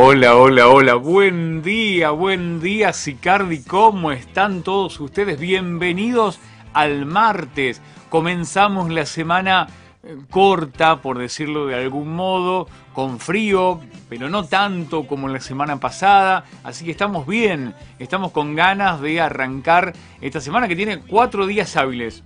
Hola, hola, hola, buen día, Sicardi, ¿cómo están todos ustedes? Bienvenidos al martes. Comenzamos la semana corta, por decirlo de algún modo, con frío, pero no tanto como la semana pasada, así que estamos bien, estamos con ganas de arrancar esta semana que tiene 4 días hábiles.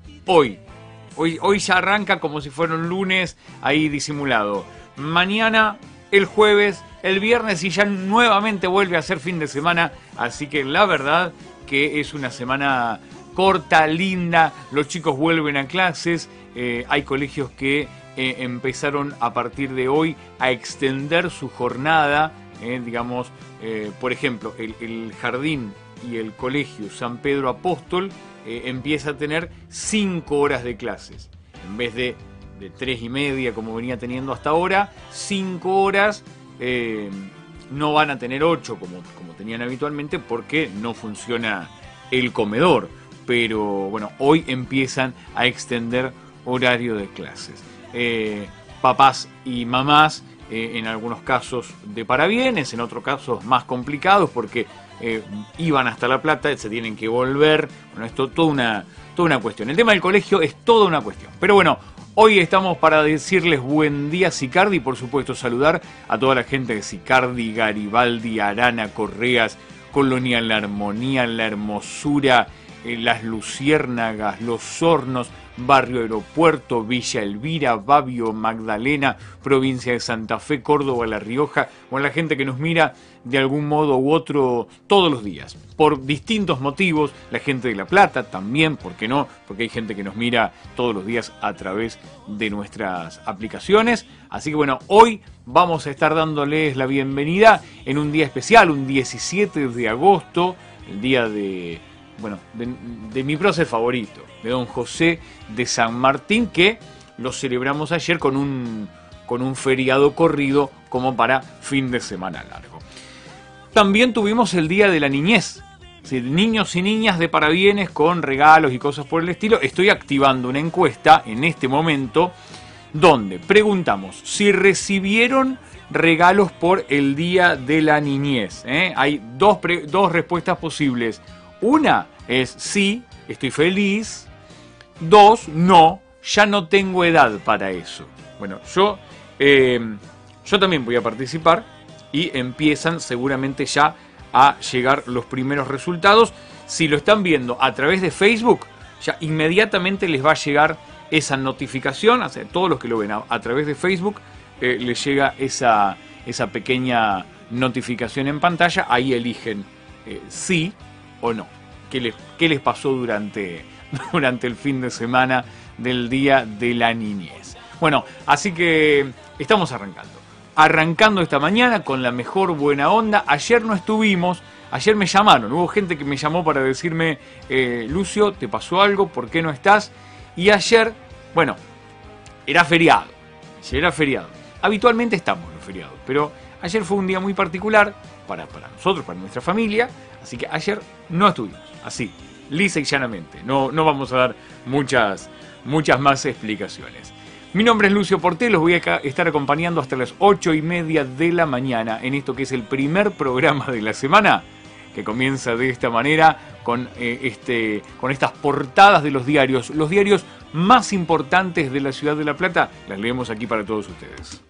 Hoy ya arranca como si fuera un lunes ahí disimulado. Mañana, el jueves, el viernes y ya nuevamente vuelve a ser fin de semana. Así que la verdad que es una semana corta, linda. Los chicos vuelven a clases. Hay colegios que empezaron a partir de hoy a extender su jornada. Por ejemplo, el jardín y el colegio San Pedro Apóstol empieza a tener 5 horas de clases. En vez de 3:30 como venía teniendo hasta ahora, 5 horas. No van a tener 8 como tenían habitualmente porque no funciona el comedor. Pero bueno, hoy empiezan a extender horario de clases. Papás y mamás, en algunos casos de parabienes, en otros casos más complicados porque iban hasta La Plata, se tienen que volver. Bueno, esto toda una cuestión. El tema del colegio es toda una cuestión. Pero bueno, hoy estamos para decirles buen día, Sicardi, y por supuesto saludar a toda la gente de Sicardi, Garibaldi, Arana, Correas, Colonia La Armonía, La Hermosura, Las Luciérnagas, Los Hornos, Barrio Aeropuerto, Villa Elvira, Babio, Magdalena, provincia de Santa Fe, Córdoba, La Rioja, o la gente que nos mira de algún modo u otro todos los días, por distintos motivos. La gente de La Plata también, ¿por qué no? Porque hay gente que nos mira todos los días a través de nuestras aplicaciones. Así que bueno, hoy vamos a estar dándoles la bienvenida en un día especial, un 17 de agosto, el día de mi prócer favorito, de don José de San Martín, que lo celebramos ayer con un feriado corrido como para fin de semana largo. También tuvimos el Día de la Niñez, ¿sí? Niños y niñas de parabienes con regalos y cosas por el estilo. Estoy activando una encuesta en este momento donde preguntamos si recibieron regalos por el Día de la Niñez. Hay dos respuestas posibles. Una es sí, estoy feliz. 2, no, ya no tengo edad para eso. Bueno, yo también voy a participar y empiezan seguramente ya a llegar los primeros resultados. Si lo están viendo a través de Facebook, ya inmediatamente les va a llegar esa notificación. O sea, todos los que lo ven a través de Facebook, les llega esa pequeña notificación en pantalla. Ahí eligen sí o no. ¿Qué les pasó durante el fin de semana del Día de la Niñez? Bueno, así que estamos arrancando esta mañana con la mejor buena onda. Ayer no estuvimos, ayer me llamaron, hubo gente que me llamó para decirme, Lucio, ¿te pasó algo? ¿Por qué no estás? Y ayer, bueno, era feriado. Habitualmente estamos en los feriados, pero ayer fue un día muy particular para nosotros, para nuestra familia, así que ayer no estuvimos, así, lisa y llanamente. No vamos a dar muchas más explicaciones. Mi nombre es Lucio Porté, los voy a estar acompañando hasta las 8:30 de la mañana en esto que es el primer programa de la semana, que comienza de esta manera con estas portadas de los diarios más importantes de la ciudad de La Plata. Las leemos aquí para todos ustedes.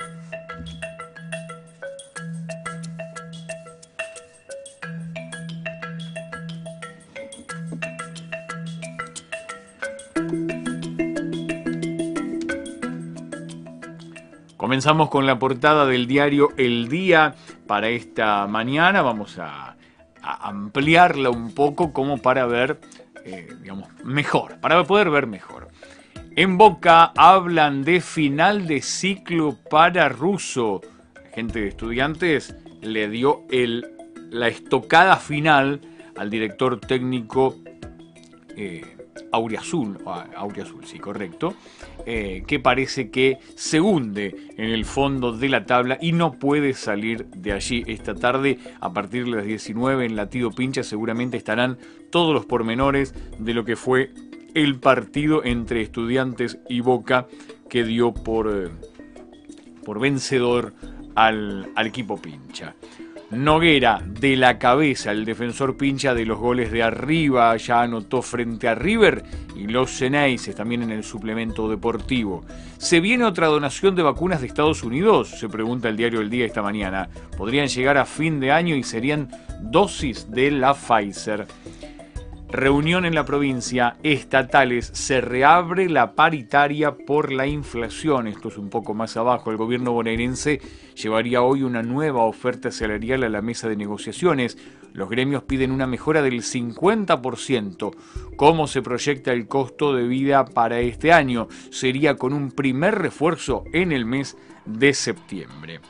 Comenzamos con la portada del diario El Día para esta mañana. Vamos a ampliarla un poco como para ver, mejor, para poder ver mejor. En Boca hablan de final de ciclo para Russo. La gente de Estudiantes le dio la estocada final al director técnico Auriazul, sí, correcto, que parece que se hunde en el fondo de la tabla y no puede salir de allí. Esta tarde, a partir de las 19 en Latido Pincha, seguramente estarán todos los pormenores de lo que fue el partido entre Estudiantes y Boca, que dio por vencedor al equipo pincha. Noguera, de la cabeza, el defensor pincha de los goles de arriba, ya anotó frente a River y los Xeneises también en el suplemento deportivo. ¿Se viene otra donación de vacunas de Estados Unidos? Se pregunta el diario El Día esta mañana. Podrían llegar a fin de año y serían dosis de la Pfizer. Reunión en la provincia, estatales, se reabre la paritaria por la inflación. Esto es un poco más abajo. El gobierno bonaerense llevaría hoy una nueva oferta salarial a la mesa de negociaciones. Los gremios piden una mejora del 50%. ¿Cómo se proyecta el costo de vida para este año? Sería con un primer refuerzo en el mes de septiembre.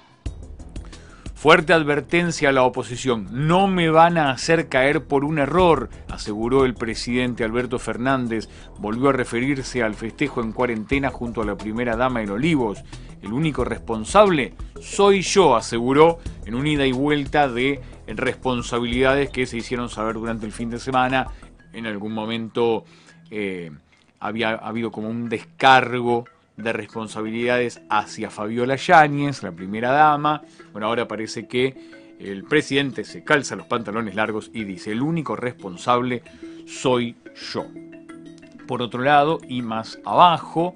Fuerte advertencia a la oposición. No me van a hacer caer por un error, aseguró el presidente Alberto Fernández. Volvió a referirse al festejo en cuarentena junto a la primera dama en Olivos. El único responsable soy yo, aseguró en una ida y vuelta de responsabilidades que se hicieron saber durante el fin de semana. En algún momento había habido como un descargo de responsabilidades hacia Fabiola Yáñez, la primera dama. Bueno, ahora parece que el presidente se calza los pantalones largos y dice: el único responsable soy yo. Por otro lado, y más abajo,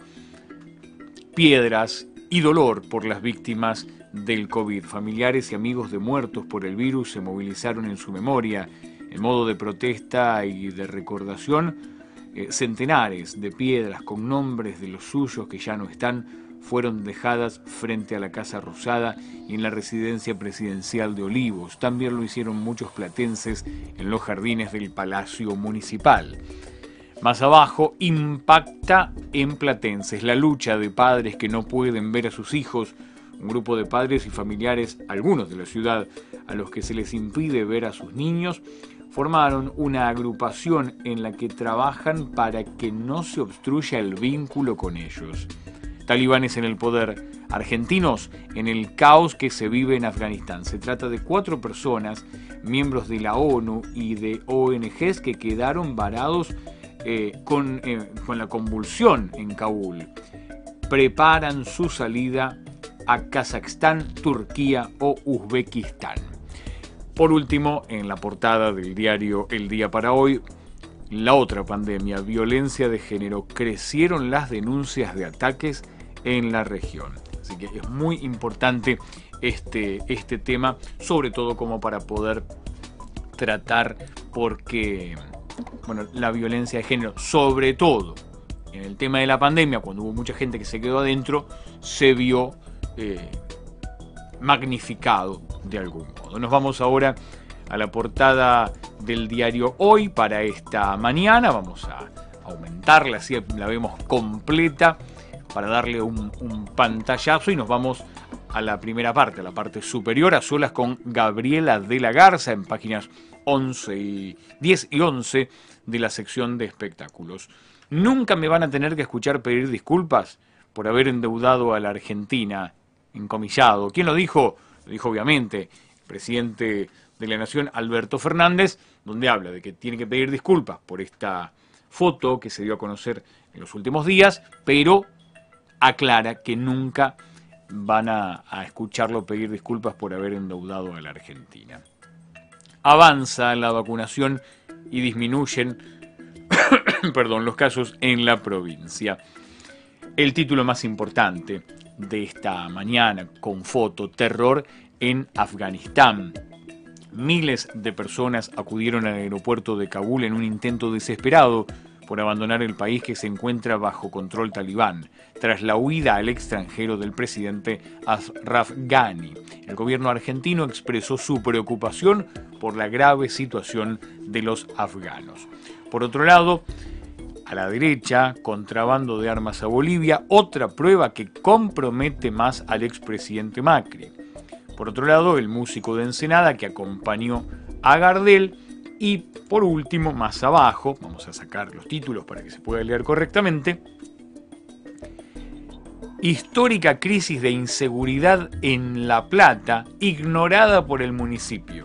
piedras y dolor por las víctimas del COVID. Familiares y amigos de muertos por el virus se movilizaron en su memoria. En modo de protesta y de recordación, centenares de piedras con nombres de los suyos que ya no están fueron dejadas frente a la Casa Rosada y en la residencia presidencial de Olivos. También lo hicieron muchos platenses en los jardines del Palacio Municipal. Más abajo, impacta en platenses la lucha de padres que no pueden ver a sus hijos. Un grupo de padres y familiares, algunos de la ciudad, a los que se les impide ver a sus niños, formaron una agrupación en la que trabajan para que no se obstruya el vínculo con ellos. Talibanes en el poder, argentinos en el caos que se vive en Afganistán. Se trata de 4 personas, miembros de la ONU y de ONGs que quedaron varados con la convulsión en Kabul. Preparan su salida a Kazajstán, Turquía o Uzbekistán. Por último, en la portada del diario El Día para hoy, la otra pandemia, violencia de género. Crecieron las denuncias de ataques en la región. Así que es muy importante este tema, sobre todo como para poder tratar, porque bueno, la violencia de género, sobre todo en el tema de la pandemia, cuando hubo mucha gente que se quedó adentro, se vio magnificado de algún modo. Nos vamos ahora a la portada del diario Hoy para esta mañana. Vamos a aumentarla, así la vemos completa para darle un pantallazo, y nos vamos a la primera parte, a la parte superior, a solas con Gabriela de la Garza en páginas 10 y 11 de la sección de espectáculos. Nunca me van a tener que escuchar pedir disculpas por haber endeudado a la Argentina, encomillado. ¿Quién lo dijo? Lo dijo obviamente el presidente de la Nación, Alberto Fernández, donde habla de que tiene que pedir disculpas por esta foto que se dio a conocer en los últimos días, pero aclara que nunca van a escucharlo pedir disculpas por haber endeudado a la Argentina. Avanza la vacunación y disminuyen los casos en la provincia. El título más importante de esta mañana, con foto: terror en Afganistán. Miles de personas acudieron al aeropuerto de Kabul en un intento desesperado por abandonar el país que se encuentra bajo control talibán, tras la huida al extranjero del presidente Ashraf Ghani. El gobierno argentino expresó su preocupación por la grave situación de los afganos. Por otro lado, a la derecha, contrabando de armas a Bolivia, otra prueba que compromete más al expresidente Macri. Por otro lado, el músico de Ensenada que acompañó a Gardel. Y por último, más abajo, vamos a sacar los títulos para que se pueda leer correctamente: histórica crisis de inseguridad en La Plata, ignorada por el municipio.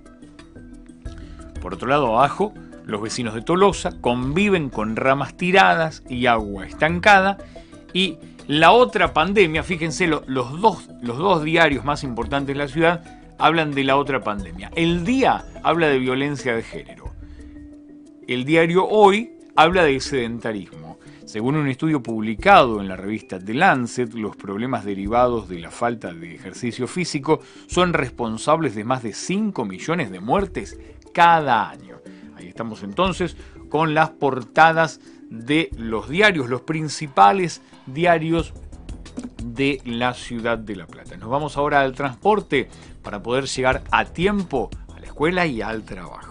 Por otro lado, abajo, los vecinos de Tolosa conviven con ramas tiradas y agua estancada. Y la otra pandemia, fíjense, los dos diarios más importantes de la ciudad hablan de la otra pandemia. El Día habla de violencia de género. El diario Hoy habla del sedentarismo. Según un estudio publicado en la revista The Lancet, los problemas derivados de la falta de ejercicio físico son responsables de más de 5 millones de muertes cada año. Ahí estamos entonces con las portadas de los diarios, los principales diarios de la ciudad de La Plata. Nos vamos ahora al transporte para poder llegar a tiempo a la escuela y al trabajo.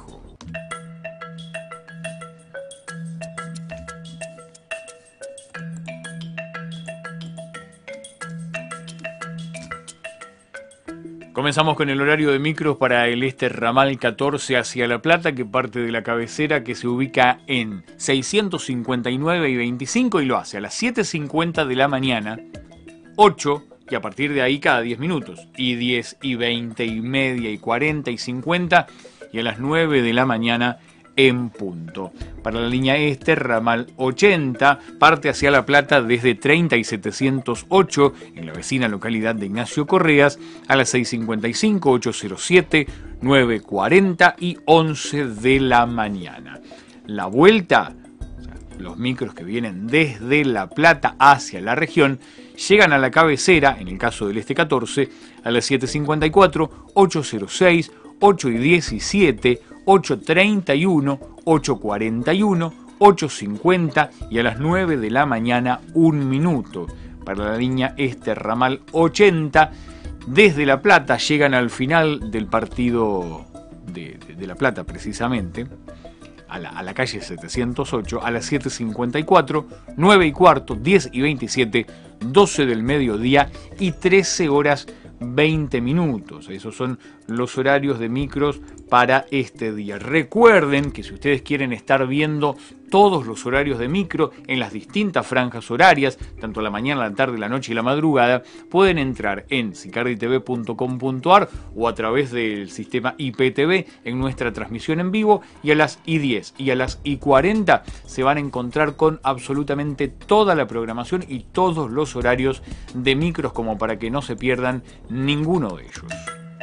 Comenzamos con el horario de micros para el ramal 14 hacia La Plata, que parte de la cabecera, que se ubica en 659 y 25 y lo hace a las 7:50 de la mañana, 8 y a partir de ahí cada 10 minutos, y 10 y 20 y media y 40 y 50 y a las 9 de la mañana en punto. Para la línea ramal 80, parte hacia La Plata desde 30 y 708 en la vecina localidad de Ignacio Correas a las 6:55, 807, 9:40 y 11 de la mañana. La vuelta, o sea, los micros que vienen desde La Plata hacia la región, llegan a la cabecera, en el caso del 14, a las 7:54, 806, 8 y 17, 8:31, 8:41, 8:50 y a las 9 de la mañana 1 minuto. Para la línea ramal 80, desde La Plata llegan al final del partido de La Plata precisamente, a la calle 708, a las 7:54, 9:15, 10 y 27, 12 del mediodía y 13 horas 20 minutos. Esos son los horarios de micros para este día. Recuerden que si ustedes quieren estar viendo todos los horarios de micro en las distintas franjas horarias, tanto la mañana, la tarde, la noche y la madrugada, pueden entrar en sicarditv.com.ar o a través del sistema IPTV en nuestra transmisión en vivo, y a las I10 y a las I40 se van a encontrar con absolutamente toda la programación y todos los horarios de micros, como para que no se pierdan ninguno de ellos.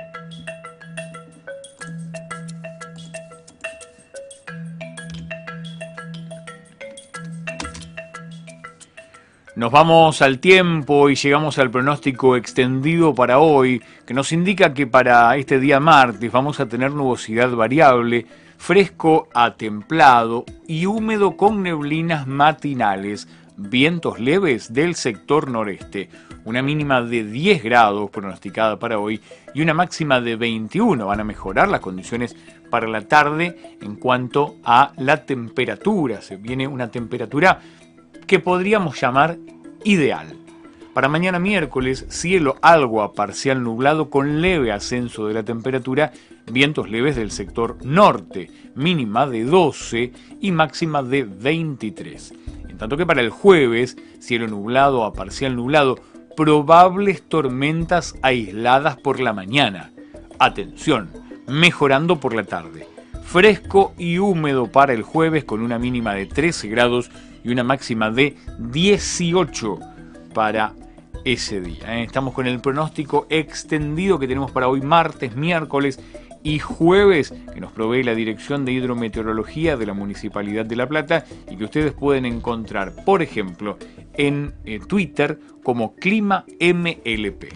Nos vamos al tiempo y llegamos al pronóstico extendido para hoy, que nos indica que para este día martes vamos a tener nubosidad variable, fresco a templado y húmedo con neblinas matinales, vientos leves del sector noreste, una mínima de 10 grados pronosticada para hoy y una máxima de 21. Van a mejorar las condiciones para la tarde en cuanto a la temperatura. Se viene una temperatura que podríamos llamar ideal. Para mañana miércoles, cielo algo a parcial nublado con leve ascenso de la temperatura, vientos leves del sector norte, mínima de 12 y máxima de 23. En tanto que para el jueves, cielo nublado a parcial nublado, probables tormentas aisladas por la mañana. Atención, mejorando por la tarde. Fresco y húmedo para el jueves con una mínima de 13 grados y una máxima de 18 para ese día. Estamos con el pronóstico extendido que tenemos para hoy martes, miércoles y jueves, que nos provee la Dirección de Hidrometeorología de la Municipalidad de La Plata y que ustedes pueden encontrar, por ejemplo, en Twitter como Clima MLP.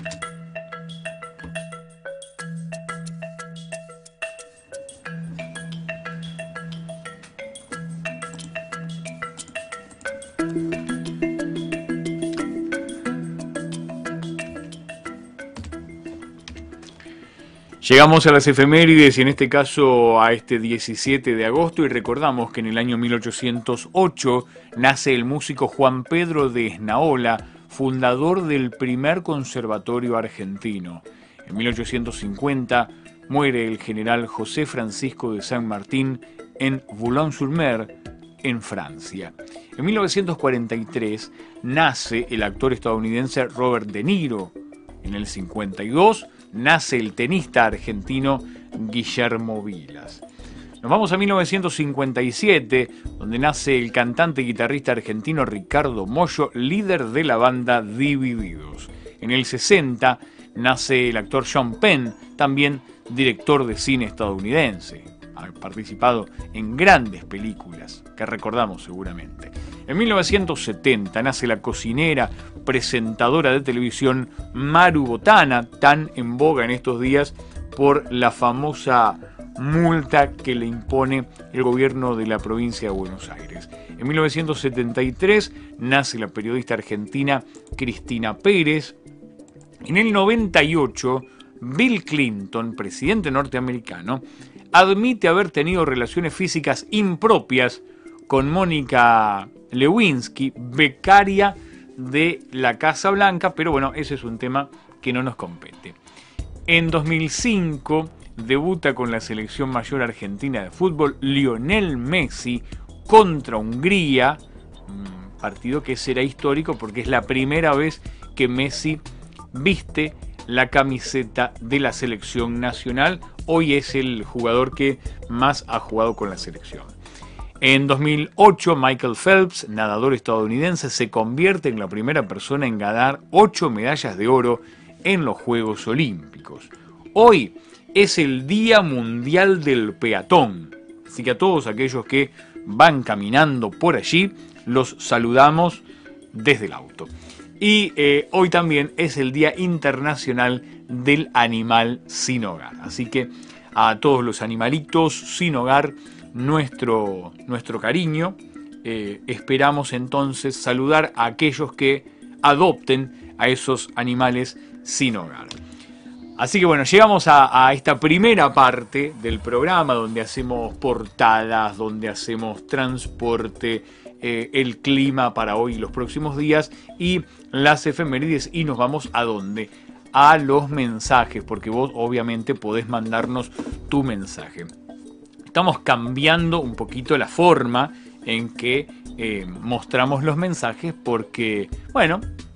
Llegamos a las efemérides y en este caso a este 17 de agosto y recordamos que en el año 1808 nace el músico Juan Pedro de Esnaola, fundador del primer conservatorio argentino. En 1850 muere el general José Francisco de San Martín en Boulogne-sur-Mer, en Francia. En 1943 nace el actor estadounidense Robert De Niro. En el 52 nace el tenista argentino Guillermo Vilas. Nos vamos a 1957, donde nace el cantante y guitarrista argentino Ricardo Mollo, líder de la banda Divididos. En el 60 nace el actor Sean Penn, también director de cine estadounidense. Ha participado en grandes películas que recordamos seguramente. En 1970 nace la cocinera, presentadora de televisión Maru Botana, tan en boga en estos días por la famosa multa que le impone el gobierno de la provincia de Buenos Aires. En 1973 nace la periodista argentina Cristina Pérez. En el 98, Bill Clinton, presidente norteamericano, admite haber tenido relaciones físicas impropias con Mónica Lewinsky, becaria de la Casa Blanca, pero bueno, ese es un tema que no nos compete. En 2005 debuta con la selección mayor argentina de fútbol Lionel Messi contra Hungría, un partido que será histórico porque es la primera vez que Messi viste la camiseta de la selección nacional. Hoy es el jugador que más ha jugado con la selección. En 2008, Michael Phelps, nadador estadounidense, se convierte en la primera persona en ganar 8 medallas de oro en los Juegos Olímpicos. Hoy es el Día Mundial del Peatón, así que a todos aquellos que van caminando por allí, los saludamos desde el auto. Y hoy también es el Día Internacional del Animal Sin Hogar. Así que a todos los animalitos sin hogar, nuestro cariño. Esperamos entonces saludar a aquellos que adopten a esos animales sin hogar. Así que bueno, llegamos a esta primera parte del programa donde hacemos portadas, donde hacemos transporte, el clima para hoy y los próximos días y las efemérides, y nos vamos ¿a dónde? A los mensajes, porque vos obviamente podés mandarnos tu mensaje. Estamos cambiando un poquito la forma en que mostramos los mensajes porque, bueno,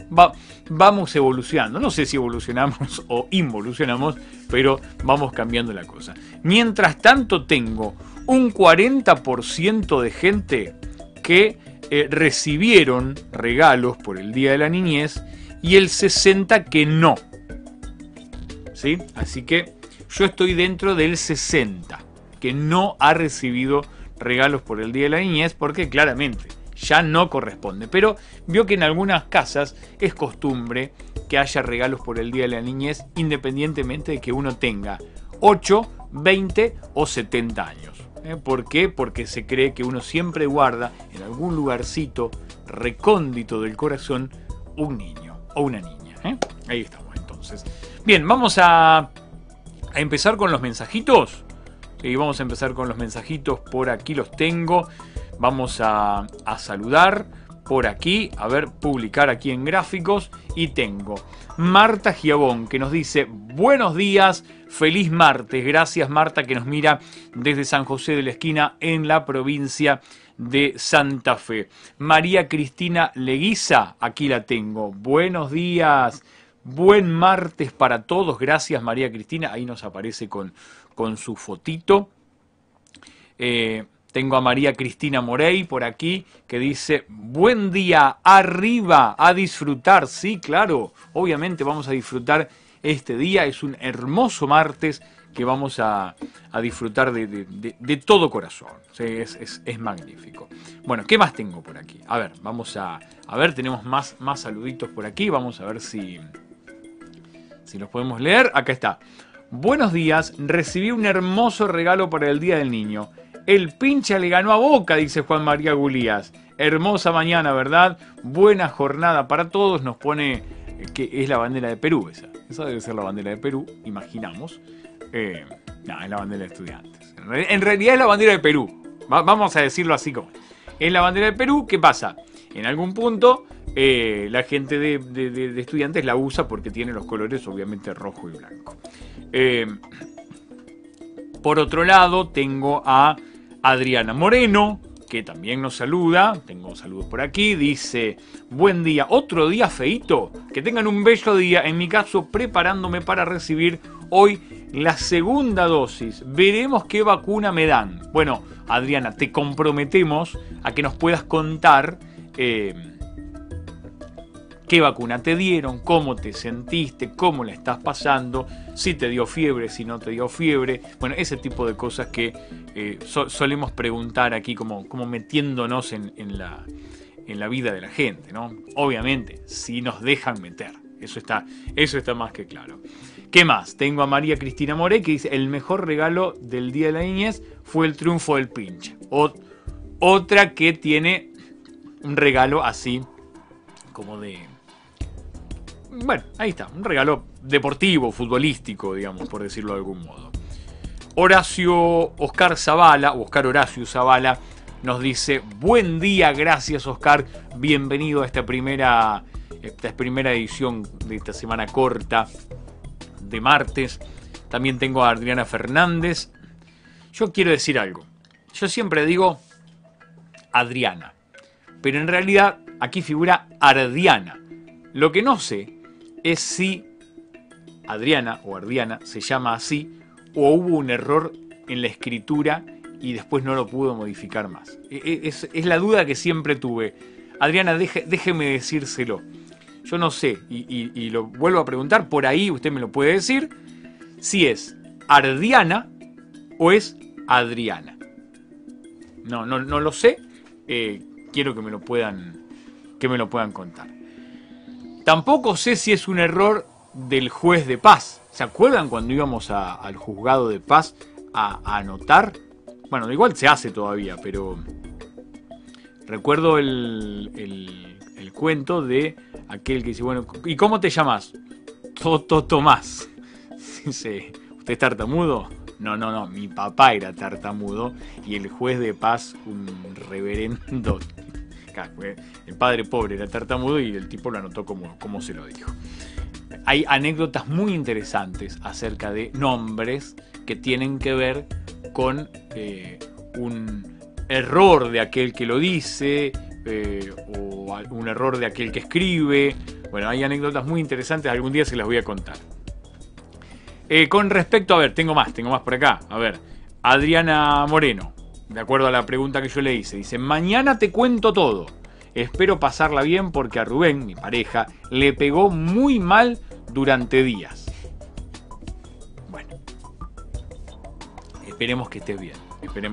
vamos evolucionando. No sé si evolucionamos o involucionamos, pero vamos cambiando la cosa. Mientras tanto tengo un 40% de gente que recibieron regalos por el Día de la Niñez y el 60% que no. ¿Sí? Así que yo estoy dentro del 60% que no ha recibido regalos por el Día de la Niñez porque claramente ya no corresponde. Pero vio que en algunas casas es costumbre que haya regalos por el Día de la Niñez independientemente de que uno tenga 8, 20 o 70 años. ¿Por qué? Porque se cree que uno siempre guarda en algún lugarcito recóndito del corazón un niño o una niña. Ahí estamos entonces. Bien, vamos a empezar con los mensajitos. Sí, vamos a empezar con los mensajitos. Por aquí los tengo. Vamos a saludar por aquí. A ver, publicar aquí en gráficos. Y tengo Marta Giabón que nos dice: buenos días, feliz martes. Gracias, Marta, que nos mira desde San José de la Esquina en la provincia de Santa Fe. María Cristina Leguiza, aquí la tengo. Buenos días, buen martes para todos. Gracias, María Cristina. Ahí nos aparece con su fotito. Tengo a María Cristina Morey por aquí que dice: buen día, arriba, a disfrutar. Sí, claro, obviamente vamos a disfrutar este día. Es un hermoso martes que vamos a disfrutar de todo corazón. Sí, es magnífico. Bueno, ¿qué más tengo por aquí? A ver, vamos a ver, tenemos más saluditos por aquí. Vamos a ver si los podemos leer. Acá está. Buenos días, recibí un hermoso regalo para el Día del Niño. El pincha le ganó a Boca, dice Juan María Gulías. Hermosa mañana, ¿verdad? Buena jornada para todos. Nos pone que es la bandera de Perú esa. Esa debe ser la bandera de Perú, imaginamos. No, es la bandera de Estudiantes. En realidad es la bandera de Perú. Vamos a decirlo así como es la bandera de Perú. ¿Qué pasa? En algún punto la gente de Estudiantes la usa porque tiene los colores obviamente rojo y blanco. Por otro lado tengo a Adriana Moreno, que también nos saluda. Tengo saludos por aquí. Dice: buen día, otro día feíto. Que tengan un bello día. En mi caso, preparándome para recibir hoy la segunda dosis. Veremos qué vacuna me dan. Bueno, Adriana, te comprometemos a que nos puedas contar qué vacuna te dieron, cómo te sentiste, cómo la estás pasando, si te dio fiebre, si no te dio fiebre. Bueno, ese tipo de cosas que solemos preguntar aquí como metiéndonos en la vida de la gente, ¿no? Obviamente, si nos dejan meter. Eso está más que claro. ¿Qué más? Tengo a María Cristina Moré que dice: el mejor regalo del Día de la Niñez fue el triunfo del pinche. Otra que tiene un regalo así como de... Bueno, ahí está, un regalo deportivo, futbolístico, digamos, por decirlo de algún modo. Oscar Horacio Zavala nos dice: buen día, gracias Oscar, bienvenido a esta primera edición de esta semana corta de martes. También tengo a Adriana Fernández. Yo quiero decir algo, yo siempre digo Adriana, pero en realidad aquí figura Ardiana. Lo que no sé es si Adriana o Ardiana se llama así o hubo un error en la escritura y después no lo pudo modificar más. Es la duda que siempre tuve. Adriana, déjeme decírselo. Yo no sé, y lo vuelvo a preguntar, por ahí usted me lo puede decir, si es Ardiana o es Adriana. No lo sé, quiero que me lo puedan contar. Tampoco sé si es un error del juez de paz. ¿Se acuerdan cuando íbamos al juzgado de paz a anotar? Bueno, igual se hace todavía, pero recuerdo el cuento de aquel que dice: bueno, ¿y cómo te llamas? Tomás. Dice: ¿usted es tartamudo? No, mi papá era tartamudo y el juez de paz, un reverendo... El padre pobre era tartamudo y el tipo lo anotó como se lo dijo. Hay anécdotas muy interesantes acerca de nombres que tienen que ver con un error de aquel que lo dice o un error de aquel que escribe. Bueno, hay anécdotas muy interesantes, algún día se las voy a contar. Con respecto, a ver, tengo más por acá. A ver, Adriana Moreno, de acuerdo a la pregunta que yo le hice, dice: mañana te cuento todo. Espero pasarla bien porque a Rubén, mi pareja, le pegó muy mal durante días. Bueno, esperemos que estés bien.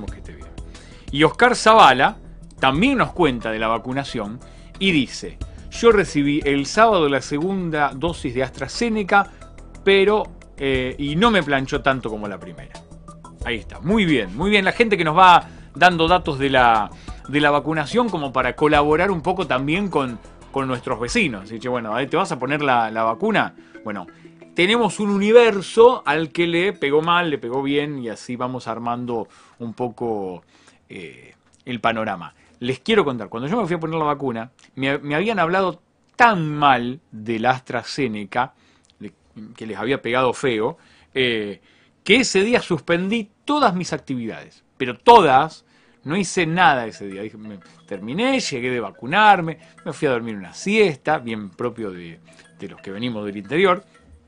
Y Oscar Zavala también nos cuenta de la vacunación y dice: yo recibí el sábado la segunda dosis de AstraZeneca, pero y no me planchó tanto como la primera. Ahí está, muy bien, la gente que nos va dando datos de la vacunación como para colaborar un poco también con nuestros vecinos. Dice: bueno, ¿te vas a poner la vacuna? Bueno, tenemos un universo al que le pegó mal, le pegó bien, y así vamos armando un poco el panorama. Les quiero contar, cuando yo me fui a poner la vacuna, me habían hablado tan mal de la AstraZeneca, que les había pegado feo, que ese día suspendí todas mis actividades, pero todas. No hice nada ese día. Terminé, llegué de vacunarme, me fui a dormir una siesta, bien propio de los que venimos del interior,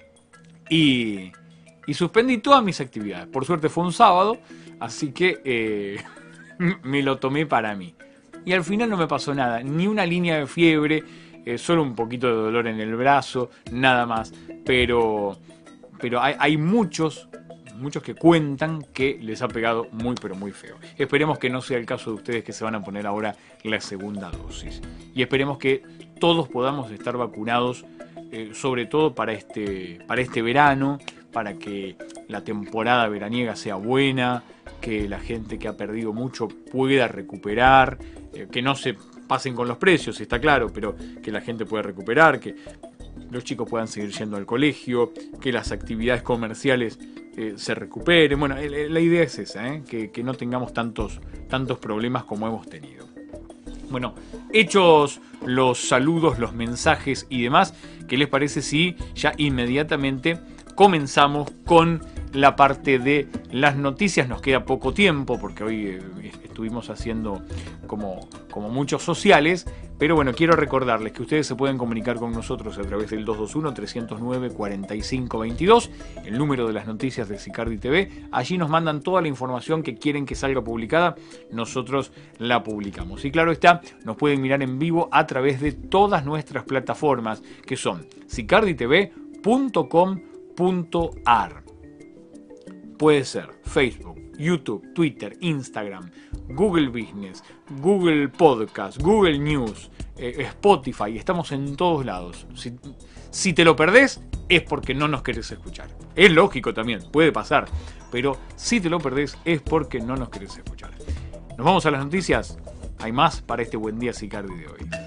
y suspendí todas mis actividades. Por suerte fue un sábado, así que me lo tomé para mí. Y al final no me pasó nada, ni una línea de fiebre, solo un poquito de dolor en el brazo, nada más. Pero hay muchos que cuentan que les ha pegado muy pero muy feo. Esperemos que no sea el caso de ustedes que se van a poner ahora la segunda dosis. Y esperemos que todos podamos estar vacunados, sobre todo para este verano, para que la temporada veraniega sea buena, que la gente que ha perdido mucho pueda recuperar, que no se pasen con los precios, está claro, pero que la gente pueda recuperar, que los chicos puedan seguir yendo al colegio, que las actividades comerciales se recuperen. Bueno, la idea es esa, que no tengamos tantos problemas como hemos tenido. Bueno, hechos los saludos, los mensajes y demás, ¿qué les parece si ya inmediatamente comenzamos con la parte de las noticias. Nos queda poco tiempo porque hoy estuvimos haciendo como muchos sociales, pero bueno, quiero recordarles que ustedes se pueden comunicar con nosotros a través del 221-309-4522, el número de las noticias de Sicardi TV. Allí nos mandan toda la información que quieren que salga publicada, nosotros la publicamos. Y claro está, nos pueden mirar en vivo a través de todas nuestras plataformas, que son sicarditv.com.ar. Puede ser Facebook, YouTube, Twitter, Instagram, Google Business, Google Podcast, Google News, Spotify. Estamos en todos lados. Si te lo perdés es porque no nos querés escuchar. Es lógico también, puede pasar. Pero si te lo perdés es porque no nos querés escuchar. Nos vamos a las noticias. Hay más para este Buen Día Sicardi de hoy.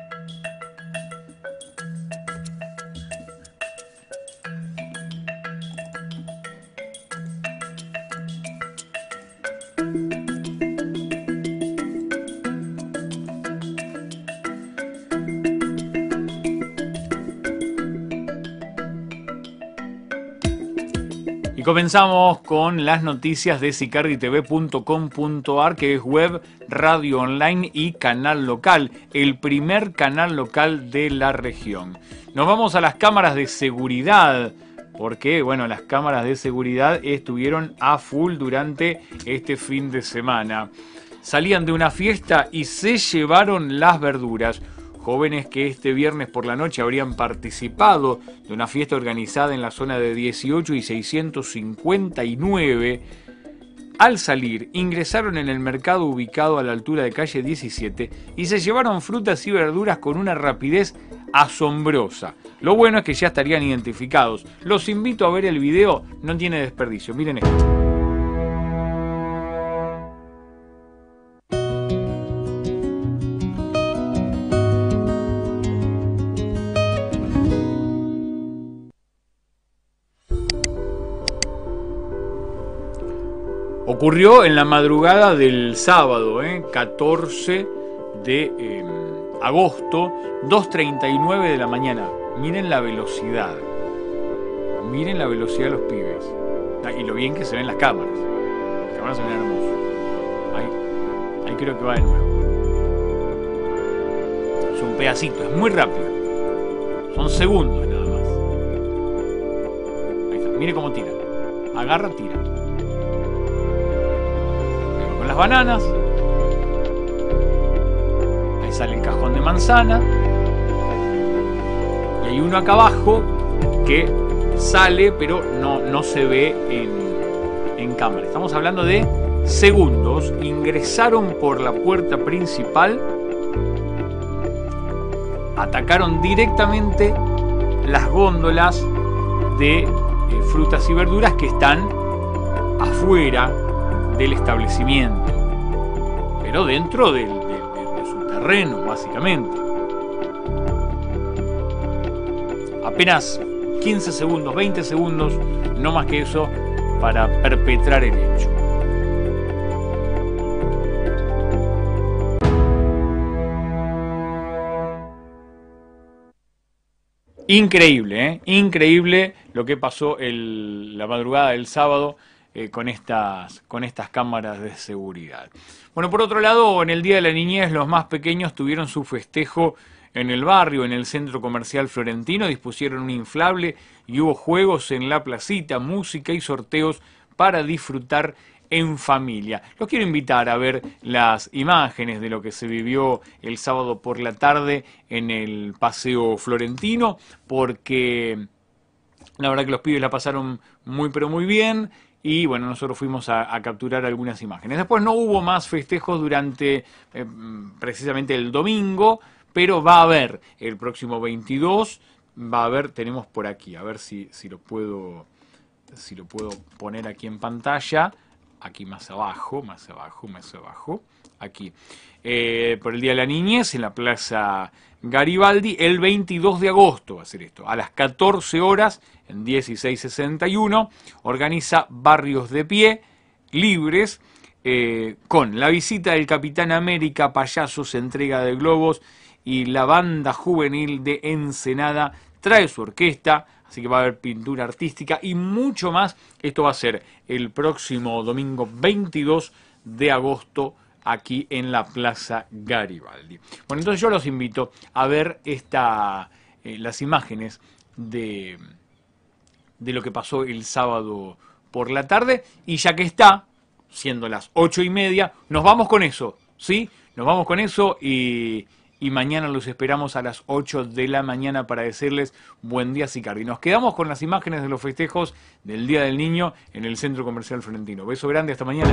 Comenzamos con las noticias de sicarditv.com.ar, que es web, radio online y canal local, el primer canal local de la región. Nos vamos a las cámaras de seguridad, porque bueno, las cámaras de seguridad estuvieron a full durante este fin de semana. Salían de una fiesta y se llevaron las verduras. Jóvenes que este viernes por la noche habrían participado de una fiesta organizada en la zona de 18 y 659, al salir ingresaron en el mercado ubicado a la altura de calle 17 y se llevaron frutas y verduras con una rapidez asombrosa. Lo bueno es que ya estarían identificados. Los invito a ver el video, no tiene desperdicio. Miren esto. Ocurrió en la madrugada del sábado, 14 de agosto, 2:39 de la mañana. Miren la velocidad. Miren la velocidad de los pibes. Y lo bien que se ven las cámaras. Las cámaras se ven hermosas. Ahí creo que va de nuevo. Es un pedacito, es muy rápido. Son segundos nada más. Ahí está, mire cómo tira. Agarra, tira. Las bananas, ahí sale el cajón de manzana y hay uno acá abajo que sale pero no se ve en cámara. Estamos hablando de segundos. Ingresaron por la puerta principal, atacaron directamente las góndolas de frutas y verduras que están afuera del establecimiento, pero dentro de su terreno, básicamente. Apenas 15 segundos, 20 segundos, no más que eso, para perpetrar el hecho. Increíble, increíble lo que pasó la madrugada del sábado con estas cámaras de seguridad. Bueno, por otro lado, en el Día de la Niñez, los más pequeños tuvieron su festejo en el barrio, en el Centro Comercial Florentino. Dispusieron un inflable y hubo juegos en la placita, música y sorteos para disfrutar en familia. Los quiero invitar a ver las imágenes de lo que se vivió el sábado por la tarde en el Paseo Florentino, porque la verdad que los pibes la pasaron muy pero muy bien. Y bueno, nosotros fuimos a capturar algunas imágenes. Después no hubo más festejos durante precisamente el domingo, pero va a haber el próximo 22, va a haber, tenemos por aquí, a ver si lo puedo poner aquí en pantalla, aquí más abajo, aquí. Por el Día de la Niñez en la Plaza Garibaldi, el 22 de agosto va a ser esto, a las 14 horas, en 1661, organiza Barrios de Pie, libres, con la visita del Capitán América, payasos, entrega de globos y la banda juvenil de Ensenada trae su orquesta, así que va a haber pintura artística y mucho más. Esto va a ser el próximo domingo 22 de agosto aquí en la Plaza Garibaldi. Bueno, entonces yo los invito a ver las imágenes de lo que pasó el sábado por la tarde, y ya que está, siendo las 8:30, nos vamos con eso, ¿sí? Nos vamos con eso y mañana los esperamos a las 8 de la mañana para decirles buen día, Sicardi. Nos quedamos con las imágenes de los festejos del Día del Niño en el Centro Comercial Florentino. Beso grande, hasta mañana.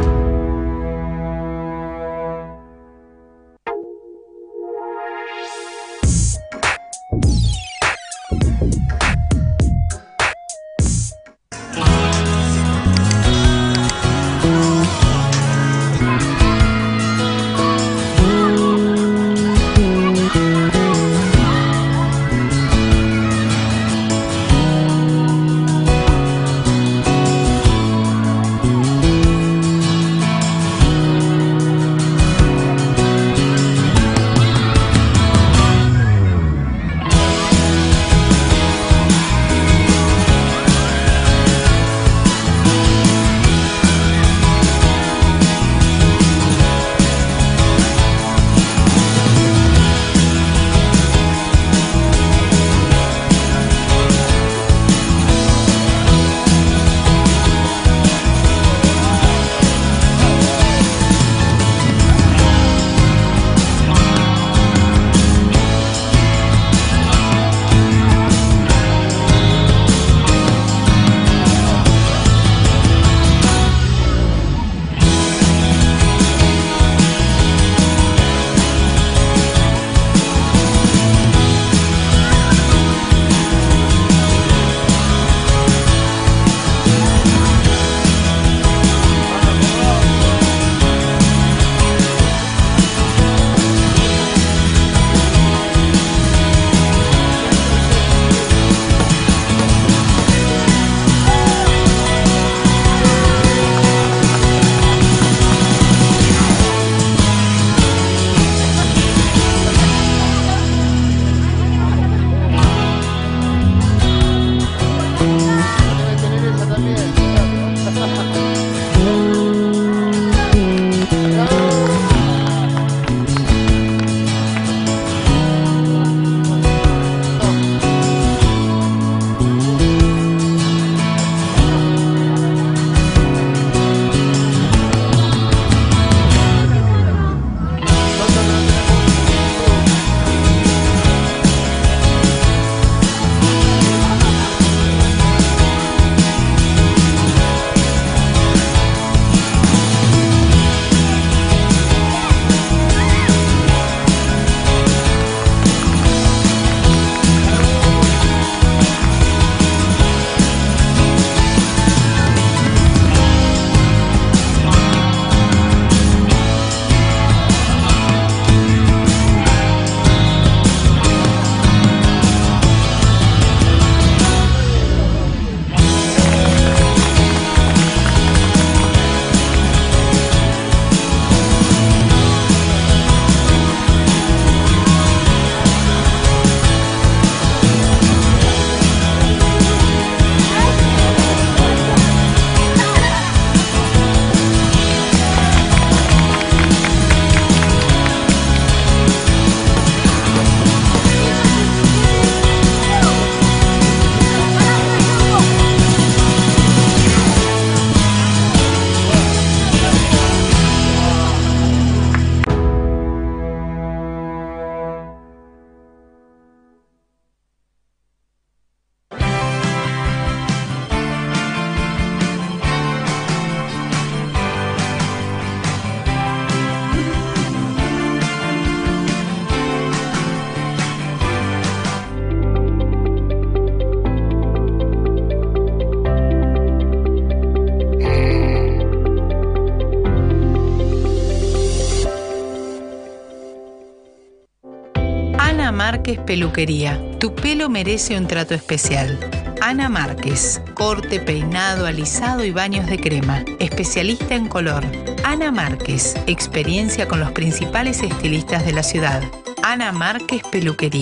Márquez Peluquería. Tu pelo merece un trato especial. Ana Márquez. Corte, peinado, alisado y baños de crema. Especialista en color. Ana Márquez. Experiencia con los principales estilistas de la ciudad. Ana Márquez Peluquería.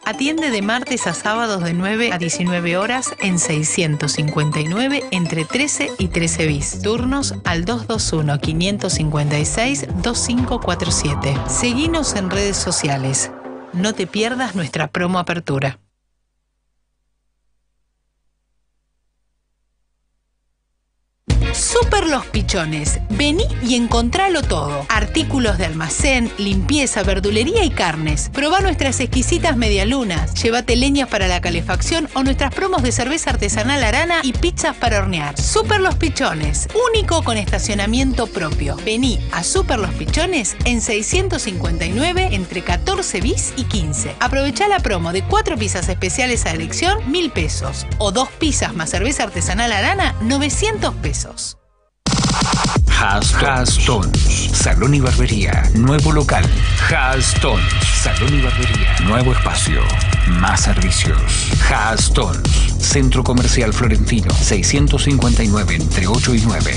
Atiende de martes a sábados de 9 a 19 horas en 659 entre 13 y 13 bis. Turnos al 221-556-2547. Seguinos en redes sociales. No te pierdas nuestra promo apertura. Super Los Pichones. Vení y encontralo todo. Artículos de almacén, limpieza, verdulería y carnes. Probá nuestras exquisitas medialunas. Llévate leñas para la calefacción o nuestras promos de cerveza artesanal Arana y pizzas para hornear. Super Los Pichones. Único con estacionamiento propio. Vení a Super Los Pichones en 659 entre 14 bis y 15. Aprovechá la promo de 4 pizzas especiales a elección, 1.000 pesos. O 2 pizzas más cerveza artesanal Arana, 900 pesos. Hastones, salón y barbería, nuevo local. Hastones, salón y barbería, nuevo espacio, más servicios. Hastones, Centro Comercial Florentino, 659 entre 8 y 9.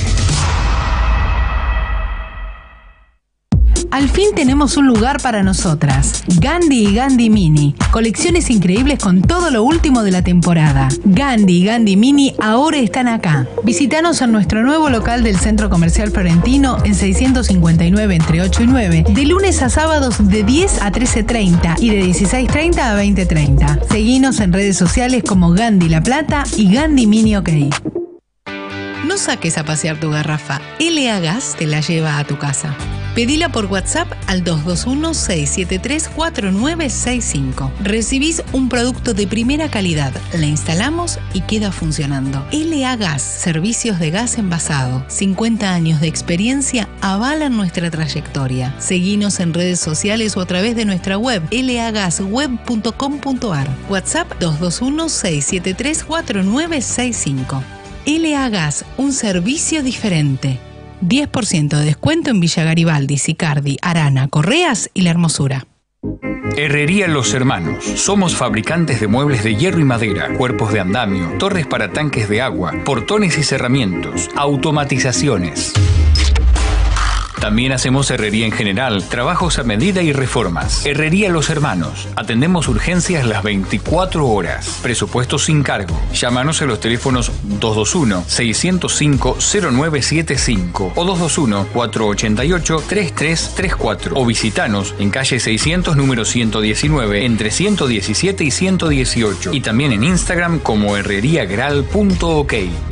Al fin tenemos un lugar para nosotras. Gandhi y Gandhi Mini. Colecciones increíbles con todo lo último de la temporada. Gandhi y Gandhi Mini ahora están acá. Visítanos en nuestro nuevo local del Centro Comercial Florentino en 659 entre 8 y 9. De lunes a sábados de 10 a 13:30 y de 16:30 a 20:30. Seguinos en redes sociales como Gandhi La Plata y Gandhi Mini OK. No saques a pasear tu garrafa. LA Gas te la lleva a tu casa. Pedila por WhatsApp al 221-673-4965. Recibís un producto de primera calidad, la instalamos y queda funcionando. LA Gas, servicios de gas envasado. 50 años de experiencia avalan nuestra trayectoria. Seguinos en redes sociales o a través de nuestra web lagasweb.com.ar. WhatsApp 221-673-4965. LA Gas, un servicio diferente. 10% de descuento en Villa Garibaldi, Sicardi, Arana, Correas y La Hermosura. Herrería Los Hermanos. Somos fabricantes de muebles de hierro y madera, cuerpos de andamio, torres para tanques de agua, portones y cerramientos, automatizaciones. También hacemos herrería en general, trabajos a medida y reformas. Herrería Los Hermanos. Atendemos urgencias las 24 horas. Presupuesto sin cargo. Llámanos a los teléfonos 221-605-0975 o 221-488-3334 o visitanos en calle 600 número 119 entre 117 y 118 y también en Instagram como herreriagral.ok.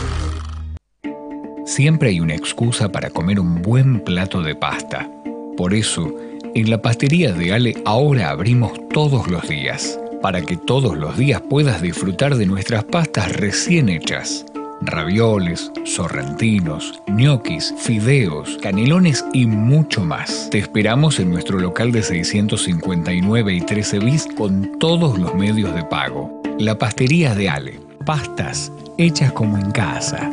Siempre hay una excusa para comer un buen plato de pasta. Por eso, en la pastería de Ale ahora abrimos todos los días, para que todos los días puedas disfrutar de nuestras pastas recién hechas. Ravioles, sorrentinos, ñoquis, fideos, canelones y mucho más. Te esperamos en nuestro local de 659 y 13 bis con todos los medios de pago. La pastería de Ale. Pastas hechas como en casa.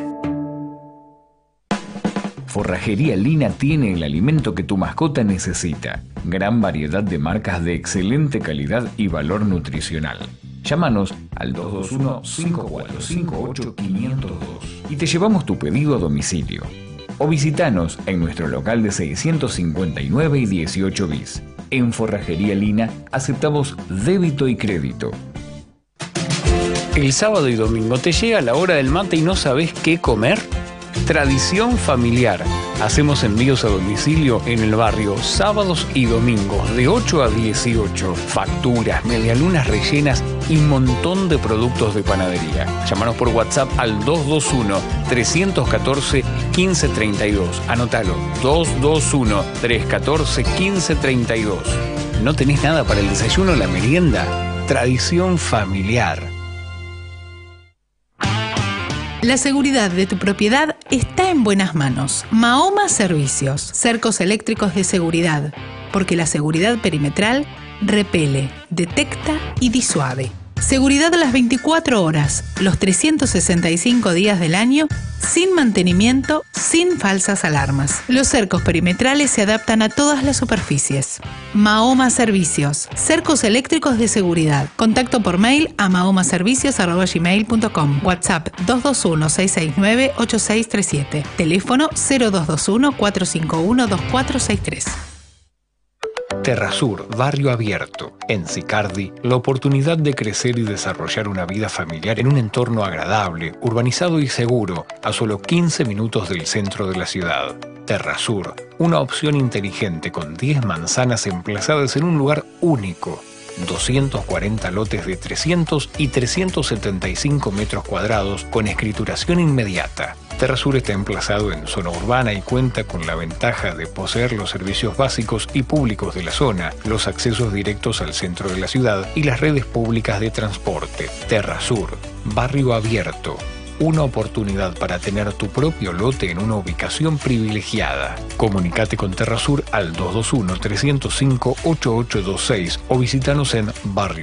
Forrajería Lina tiene el alimento que tu mascota necesita. Gran variedad de marcas de excelente calidad y valor nutricional. Llámanos al 221-545-8502 y te llevamos tu pedido a domicilio. O visitanos en nuestro local de 659 y 18 bis. En Forrajería Lina aceptamos débito y crédito. El sábado y domingo te llega la hora del mate y no sabes qué comer. Tradición familiar. Hacemos envíos a domicilio en el barrio sábados y domingos de 8 a 18. Facturas, medialunas rellenas y un montón de productos de panadería. Llámanos por WhatsApp al 221-314-1532. Anótalo, 221-314-1532. ¿No tenés nada para el desayuno o la merienda? Tradición familiar. La seguridad de tu propiedad está en buenas manos. Mahoma Servicios, cercos eléctricos de seguridad, porque la seguridad perimetral repele, detecta y disuade. Seguridad a las 24 horas, los 365 días del año, sin mantenimiento, sin falsas alarmas. Los cercos perimetrales se adaptan a todas las superficies. Mahoma Servicios, cercos eléctricos de seguridad. Contacto por mail a mahomaservicios@gmail.com. WhatsApp 221-669-8637. Teléfono 0221-451-2463. Terrasur, barrio abierto. En Sicardi, la oportunidad de crecer y desarrollar una vida familiar en un entorno agradable, urbanizado y seguro, a solo 15 minutos del centro de la ciudad. Terrasur, una opción inteligente con 10 manzanas emplazadas en un lugar único. 240 lotes de 300 y 375 metros cuadrados con escrituración inmediata. Terrasur está emplazado en zona urbana y cuenta con la ventaja de poseer los servicios básicos y públicos de la zona, los accesos directos al centro de la ciudad y las redes públicas de transporte. Terrasur, barrio abierto. Una oportunidad para tener tu propio lote en una ubicación privilegiada. Comunicate con Terrasur al 221-305-8826 o visítanos en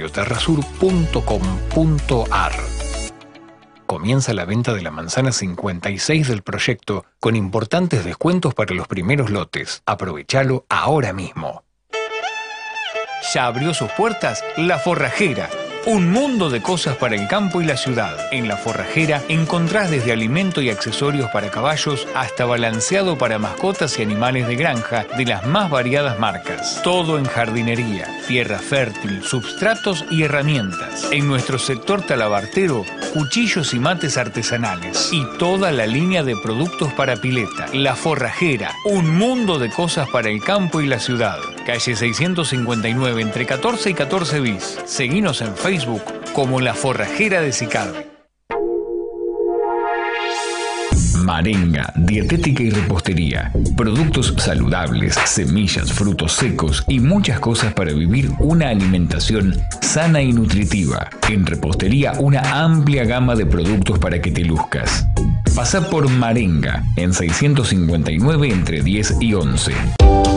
barrioterrasur.com.ar. Comienza la venta de la manzana 56 del proyecto con importantes descuentos para los primeros lotes. Aprovechalo ahora mismo. Ya abrió sus puertas La Forrajera. Un mundo de cosas para el campo y la ciudad. En La Forrajera encontrás desde alimento y accesorios para caballos hasta balanceado para mascotas y animales de granja de las más variadas marcas. Todo en jardinería, tierra fértil, substratos y herramientas. En nuestro sector talabartero, cuchillos y mates artesanales. Y toda la línea de productos para pileta. La Forrajera, un mundo de cosas para el campo y la ciudad. Calle 659 entre 14 y 14 bis. Seguinos en Facebook como La Forrajera de Sicardi. Marenga, dietética y repostería. Productos saludables, semillas, frutos secos y muchas cosas para vivir una alimentación sana y nutritiva. En repostería, una amplia gama de productos para que te luzcas. Pasá por Marenga, en 659 entre 10 y 11.